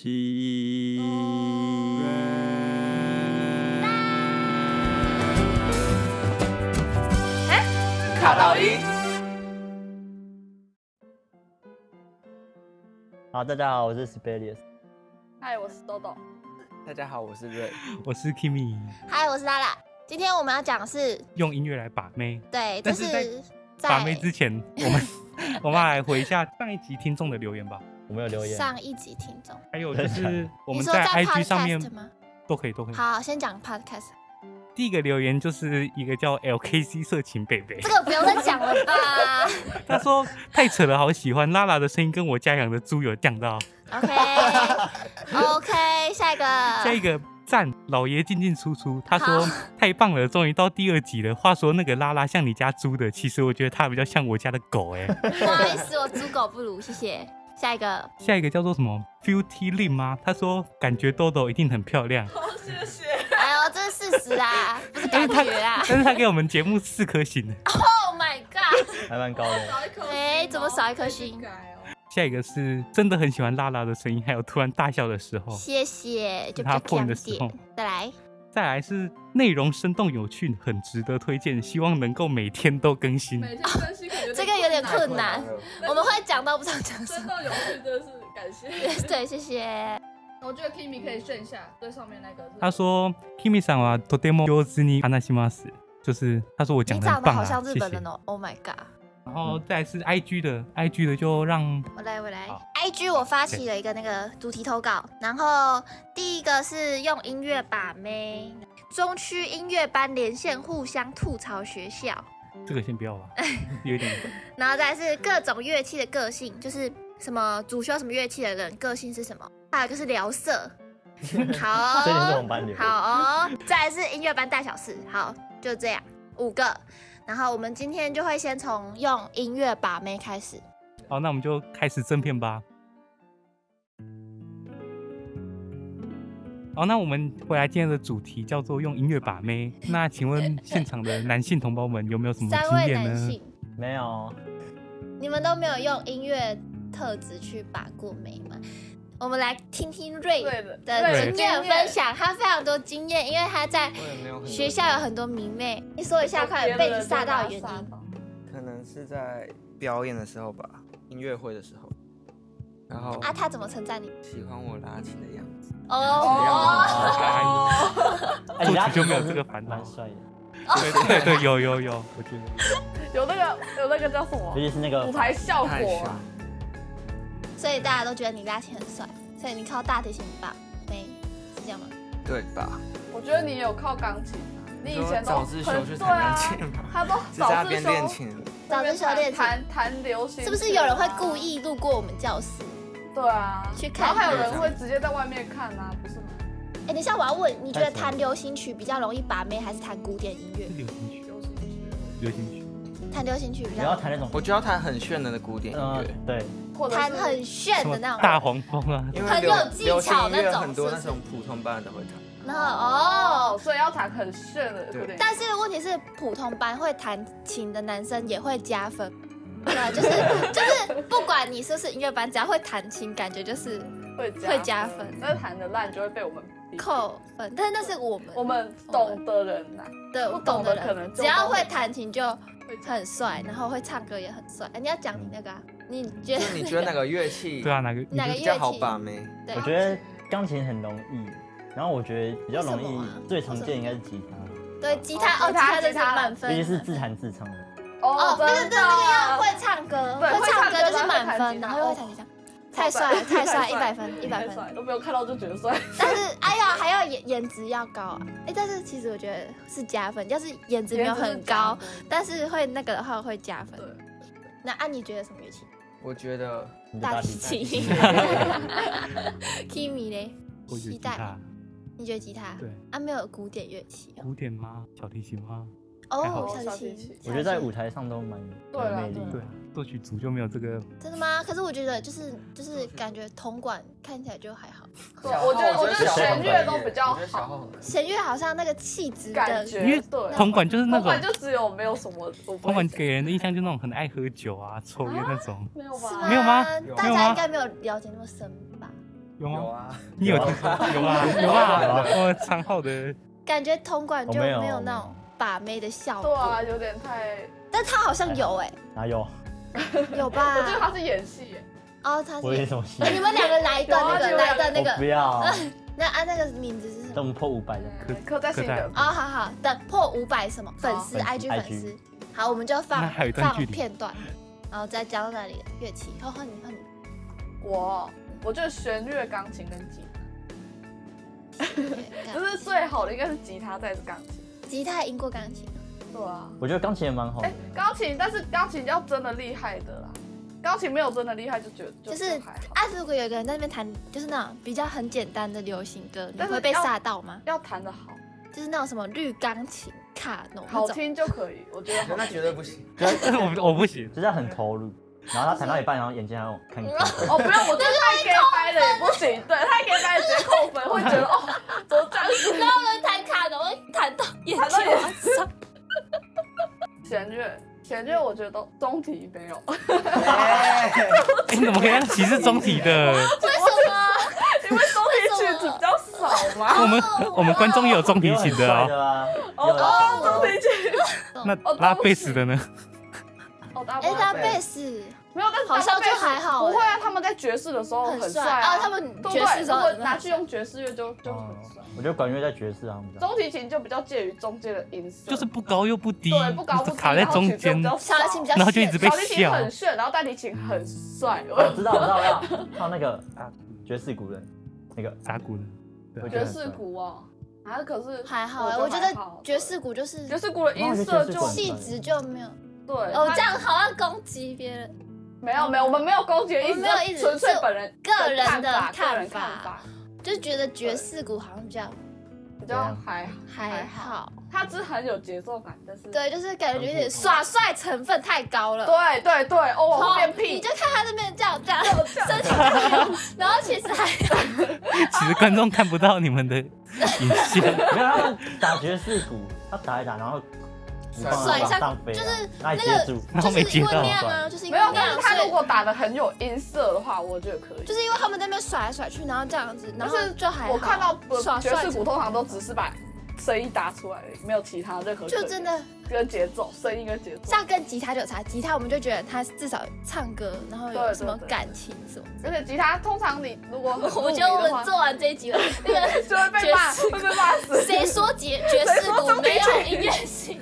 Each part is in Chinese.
西。 卡到音。 好，大家好，我是 Sibelius。 嗨，我是豆豆。 大家好，我是瑞。 我是 Kimi。 嗨，我是拉拉。今天我们要讲的是用音乐来把妹。 对， 但是在把妹之前，我们来回一下上一集听众的留言吧。 我们有留言。 上一集听众， 还有就是我们在 IG 上面吗？ 都可以。 好，先讲 Podcast。 第一个留言就是一个叫 LKC 色情贝贝， 这个不用再讲了吧？ 他说太扯了，好喜欢拉拉的声音，跟我家养的猪有降到。 OK， 下一个赞老爷进进出出，他说太棒了，终于到第2集了。话说那个拉拉像你家猪的，其实我觉得他比较像我家的狗哎。 不好意思，我猪狗不如，谢谢。下一个叫做什么 Beauty Lin 吗？他说感觉豆豆一定很漂亮。 谢谢。 哎呦，这是事实啊，不是感觉啊。 但是他给我们节目4颗星呢。 Oh my god， 还蛮高的。 哎，怎么少1颗星？ 下一个是真的很喜欢拉拉的声音，还有突然大笑的时候。 谢谢，就他破你的时候。再来是内容生动有趣，很值得推荐，希望能够每天都更新。 每天更新这个有点困难，我们会讲到不知道讲什么。 生动有趣真的是感谢。 对，谢谢。 我觉得 Kimi 可以炫一下最上面那个。 他说 Kimi さんはとても上手に話します，就是他说我讲得很棒啊， 你长得好像日本人哦。Oh my god。 然后再来是 IG 的就让我来 IG 我发起了一个那个主题投稿，然后第一个是用音乐把妹，中区音乐班连线互相吐槽学校， 这个先不要吧，有点然后再来是各种乐器的个性，就是什么主修什么乐器的人个性是什么，还有一个是聊色。好所以你是我们班的。 好哦，再来是音乐班大小事，好，就这样5个。然后我们今天就会先从用音乐把妹开始。 好，那我们就开始正片吧。好，那我们回来今天的主题叫做用音乐把妹。那请问现场的男性同胞们有没有什么经验呢？ 3位男性没有。 你们都没有用音乐特质去把过妹吗？我们来听听瑞的经验分享，他非常多经验，因为他在学校有很多迷妹。你说一下，快被你吓到的原因。 可能是在表演的时候吧，音乐会的时候，然后他怎么称赞你？ 喜欢我拉琴的样子。 作曲就没有这个烦恼。 蛮帅的。 对，有，我觉得有那个叫什么？ 尤其是那个舞台效果啊。 所以大家都觉得你拉琴很帅，所以你靠大提琴把妹，是这样吗？ 对吧？ 我觉得你有靠钢琴啊，你以前都早自修去弹钢琴嘛， 他都早自修练琴， 弹流行， 是不是有人会故意路过我们教室？ 对啊， 去看， 然后还有人会直接在外面看啊，不是吗？ 哎，等一下我要问，你觉得弹流行曲比较容易把妹，还是弹古典音乐？ 流行曲。 弹流行曲比较。 你要弹那种， 我就要弹很炫的古典音乐， 对， 弹很炫的那种大黄蜂啊， 因为很有技巧那种， 很多那种普通班的会弹。 然后所以要弹很炫的古典。 但是问题是，普通班会弹琴的男生也会加分。对，就是不管你是不是音乐班，只要会弹琴，感觉就是会加分。 但是弹的烂就会被我们扣分，但是那是我们懂的人呐， 对， 不懂的可能只要会弹琴就很帅，然后会唱歌也很帅。你要讲你那个啊，你觉得哪个乐器？ 对啊，哪个比较好把妹？ 我觉得钢琴很容易，然后我觉得比较容易，最常见应该是吉他。 对，吉他就是满分， 尤其是自弹自唱的。 那个要会唱歌，会唱歌就是满分，然后又会弹吉他。太帅，100分， 都没有看到就觉得帅。 但是还要颜值要高啊！但是其实我觉得是加分，要是颜值没有很高，但是会那个的话会加分。那你觉得什么乐器？ 我觉得大提琴。Kimi 呢？ 吉他。 你觉得吉他？ 对。 没有古典乐器。 古典吗？小提琴吗？ 小提琴。 我觉得在舞台上都蛮有魅力。 对，作曲组就没有这个。 真的吗？可是我觉得就是感觉铜管看起来就还好。 对，我觉得弦乐都比较好。 弦乐好像那个气质感觉， 因为铜管就是那种， 铜管就只有没有什么。 铜管给人的印象就那种很爱喝酒啊、抽烟那种。 没有吧？ 没有吗？ 大家应该没有了解那么深吧？ 有吗？ 有啊， 你有有啊，我长号的。 感觉铜管就没有我没有那种把妹的效果。 对啊，有点太， 但他好像有哪有？ 有吧？ 我觉得他是演戏耶。 哦，他是我演什么戏？ 你们两个来一段那个，来一段那我不个。 要。 那那个名字是什么？ 等我们破500的。 刻在心的。 哦，好好，等破500什么粉丝 IG 粉丝，好，我们就放那还有一段距离片段，然后再讲到那里乐器。换你。 我觉得弦乐、钢琴跟吉他，就是最好的应该是吉他，再是钢琴。 吉他赢过钢琴。 对啊， 我觉得钢琴也蛮好的。 钢琴，但是钢琴要真的厉害的啦，钢琴没有真的厉害就觉得就是还好。 如果有一个人在那边弹，就是那种比较很简单的流行歌，你但是会被吓到吗？ 要弹得好， 就是那种什么绿钢琴、卡农好那种。 听就可以，我觉得好那绝对不行。 我不行， 就是很投入，然后他弹到一半，然后眼睛还要看你。 哦，不要，我觉得太 gay 掰了也不行，对，太 gay 掰了直接扣分，会觉得哦，怎么这样子？ 然后呢，弹卡农会弹到眼睛往上。 弦乐我觉得都中题没有， 你怎么可以让歧视中题的？ 为什么？ 因为中题曲子比较少嘛。 我们观众也有中题型的啊。 哦，中题曲。 那拉贝斯的呢？ 拉贝斯没有，但是好像就还好。 不会啊，他们在爵士的时候很帅啊。 他们爵士的时候拿去用爵士乐就很帅。 我觉得管乐在爵士上， 中提琴就比较介于中间的音色， 就是不高又不低， 对，不高不低， 卡在中间， 小提琴比较， 然后就一直被小提琴笑。 很炫，然后大提琴很帅。 我知道，还有那个爵士鼓人，那个啥鼓呢？ 爵士鼓哦，可是还好我觉得爵士鼓就是爵士鼓的音色就气质就没有。 对， 哦，这样好像攻击别人。 没有，我们没有攻击的意思，纯粹本人个人的看法， 就觉得爵士鼓好像比较还好， 它是很有节奏感，但是对，就是感觉有点耍帅成分太高了。 对，哦，后面屁， 你就看他那边这样身体然后其实还其实观众看不到你们的影像， 没有，他们打爵士鼓，他打一打，然后甩上飞， 就是那接住， 然后没接到， 就是因为没有，但是他如果打得很有音色的话，我觉得可以。 就是因为他们在那边甩来甩去，然后这样子，然后就还好。 我看到爵士鼓通常都只是把声音打出来而已，没有其他任何。 就真的跟节奏，声音跟节奏。 像跟吉他就有差，吉他我们就觉得他至少唱歌，然后有什么感情什么。 而且吉他通常你如果我觉得我们做完这一集了，那个就会被骂，会被骂死。 谁说爵士鼓没有音乐性？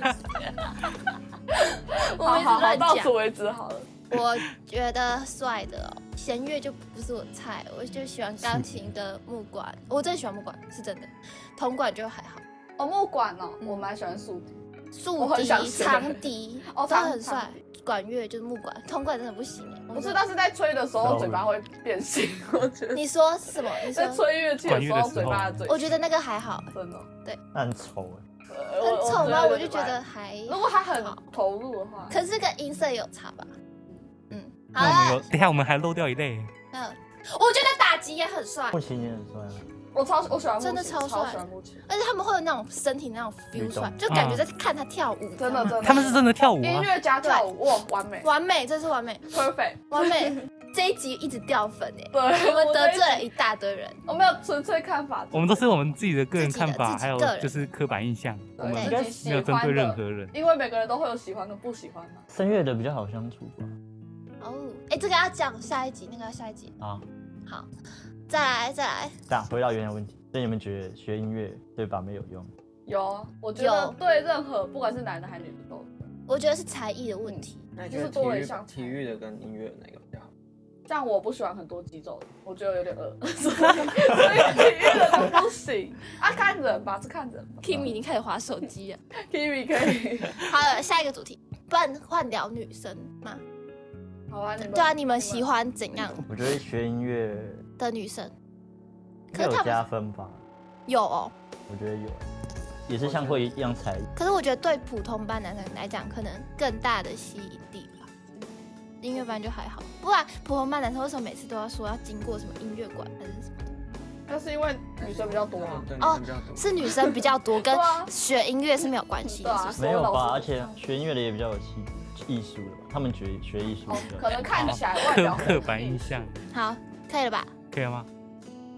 我们一直乱讲。 到此为止好了。 我觉得帅的弦乐就不是我菜，我就喜欢钢琴的木管，我真的喜欢木管，是真的。铜管就还好。 哦，木管哦，我蛮喜欢竖笛。 竖笛、长笛都很帅。管乐就是木管，铜管真的不行哎。 不是，但是在吹的时候嘴巴会变形，我觉得。 你说什么？你说在吹乐器的时候嘴巴的嘴。 我觉得那个还好， 真的。 对。 那很丑哎。 很丑吗？我就觉得还。 如果他很投入的话。 可是跟音色有差吧？ 那我们等一下我们还漏掉一类。 我觉得打击也很帅。 木琴也很帅。 我喜欢木琴， 真的超帅，而且他们会有那种身体那种 feel 出来，就感觉在看他跳舞， 真的， 他们是真的跳舞， 音乐家跳舞，哇，完美， 这是完美 ，perfect， 完美。这一集一直掉粉哎， 对， 我们得罪了一大堆人。 我没有纯粹看法， 我们都是我们自己的个人看法，还有就是刻板印象，我们没有针对任何人， 因为每个人都会有喜欢跟不喜欢嘛。 声乐的比较好相处吧。 哦，哎，这个要讲下一集，那个要下一集啊。 好。再来。这样回到原来的问题，所以你们觉得学音乐对把妹有用？ 有，我觉得对任何不管是男的还是女的都有。 我觉得是才艺的问题。 那你觉得体育的跟音乐哪个比较好？ 像我不喜欢很多肌肉的，我觉得有点饿，所以体育的都不行啊。看人吧，是看人吧。 Kimi 已经开始滑手机了。 Kimi 可以。 好了，下一个主题，不然换聊女生嘛。 好啊， 对啊，你们喜欢怎样？ 我觉得学音乐的女生， 可是有加分吧？ 有哦， 我觉得有，也是像会一样才艺。 可是我觉得对普通班男生来讲，可能更大的吸引力吧。音乐班就还好，不然普通班男生为什么每次都要说要经过什么音乐馆还是什么的？ 那是因为女生比较多啊。 哦，是女生比较多，跟学音乐是没有关系的，是不是？ 没有吧？而且学音乐的也比较有艺术的吧？他们学艺术， 可能看起来外表刻板印象。 好，可以了吧？ 可以了吗？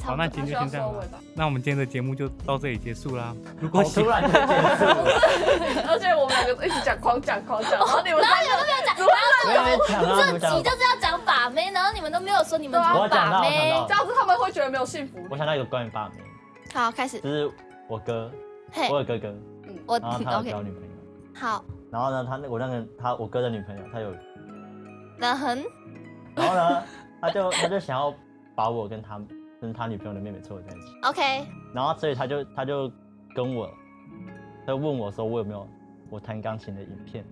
好，那今天就先这样吧。那我们今天的节目就到这里结束啦。如果突然就结束了， 而且我们2个一直讲狂讲，然后你们都没有讲，这集就是要讲把妹，然后你们都没有说你们怎么把妹， 这样子他们会觉得没有幸福。 我想到一个关于把妹。 好，开始。 就是我哥，我有哥哥，然后他有交女朋友。 好。 然后呢，我哥的女朋友，他有。 然后呢，他就想要把我跟他女朋友的妹妹凑在一起。 OK。 然后所以他就跟我，他就问我说我有没有我弹钢琴的影片。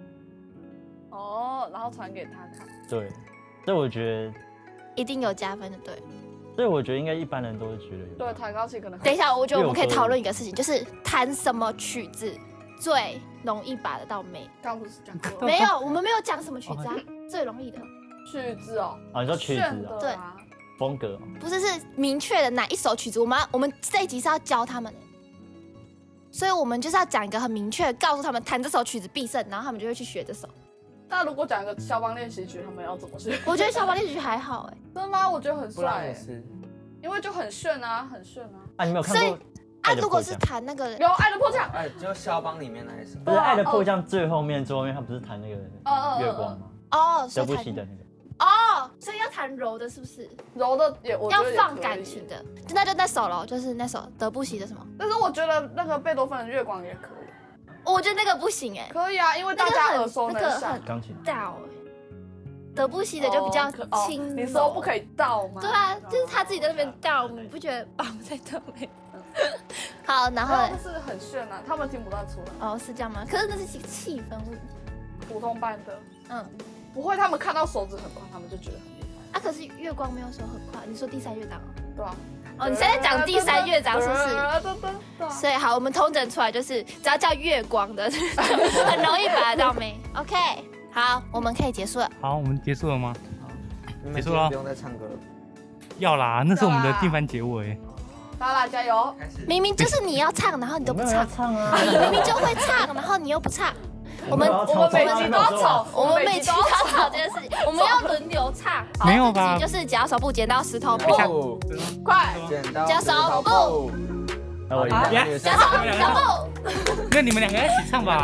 哦，然后传给他看。 对，所以我觉得一定有加分的，对。 所以我觉得应该一般人都会觉得有。 对，弹钢琴可能。 等一下，我觉得我们可以讨论一个事情，就是弹什么曲子最容易把得到妹。 刚不是讲过？ 没有，我们没有讲什么曲子啊，最容易的曲子哦。 啊，你说曲子啊？ 对， 风格不是明确的哪一首曲子，我们这一集是要教他们的，所以我们就是要讲一个很明确，告诉他们弹这首曲子必胜，然后他们就会去学这首。 那如果讲一个肖邦练习曲，他们要怎么学？ 我觉得肖邦练习曲还好真的吗？我觉得很帅也是， 因为就很炫啊，很炫啊。 啊，你没有看过？ 如果是弹那个有《爱的迫降》， 就肖邦里面那一首。 不是《爱的迫降》最后面他不是弹那个月光吗？ 德布西的那个。所以要弹柔的，是不是？ 柔的我觉得要放感情的，那就那首咯，就是那首德布西的什么？ 但是我觉得那个贝多芬的月光也可以。 我觉得那个不行哎。 可以啊，因为大家耳熟能详。 钢琴道德布西的就比较轻。 你说不可以倒吗？ 对啊，就是他自己在那边倒，你不觉得绑在这里？好，然后就是很炫啊，他们听不到出来。 哦，是这样吗？可是那是气氛问题。 普通班的，不会，他们看到手指很快，他们就觉得很厉害。 可是月光没有手很快，你说第3乐章对啊。 你现在讲第3乐章是不是？所以好，我们统整出来就是，只要叫月光的，很容易把得到妹。OK， 好，我们可以结束了。 好，我们结束了吗？ 结束了，不用再唱歌了。 要啦，那是我们的定番结尾。 拉拉加油！ 明明就是你要唱，然后你都不唱。你明明就会唱，然后你又不唱。我们每集都要吵， 我们每集都要吵这件事情，我们要轮流唱。 没有吧？ 就是剪刀手布，剪刀石头布， 快！ 剪刀手布，剪刀石头布。 那你们2个一起唱吧。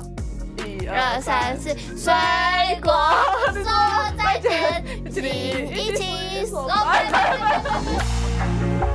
1、2、3、4，水果说再见，请一起说拜拜。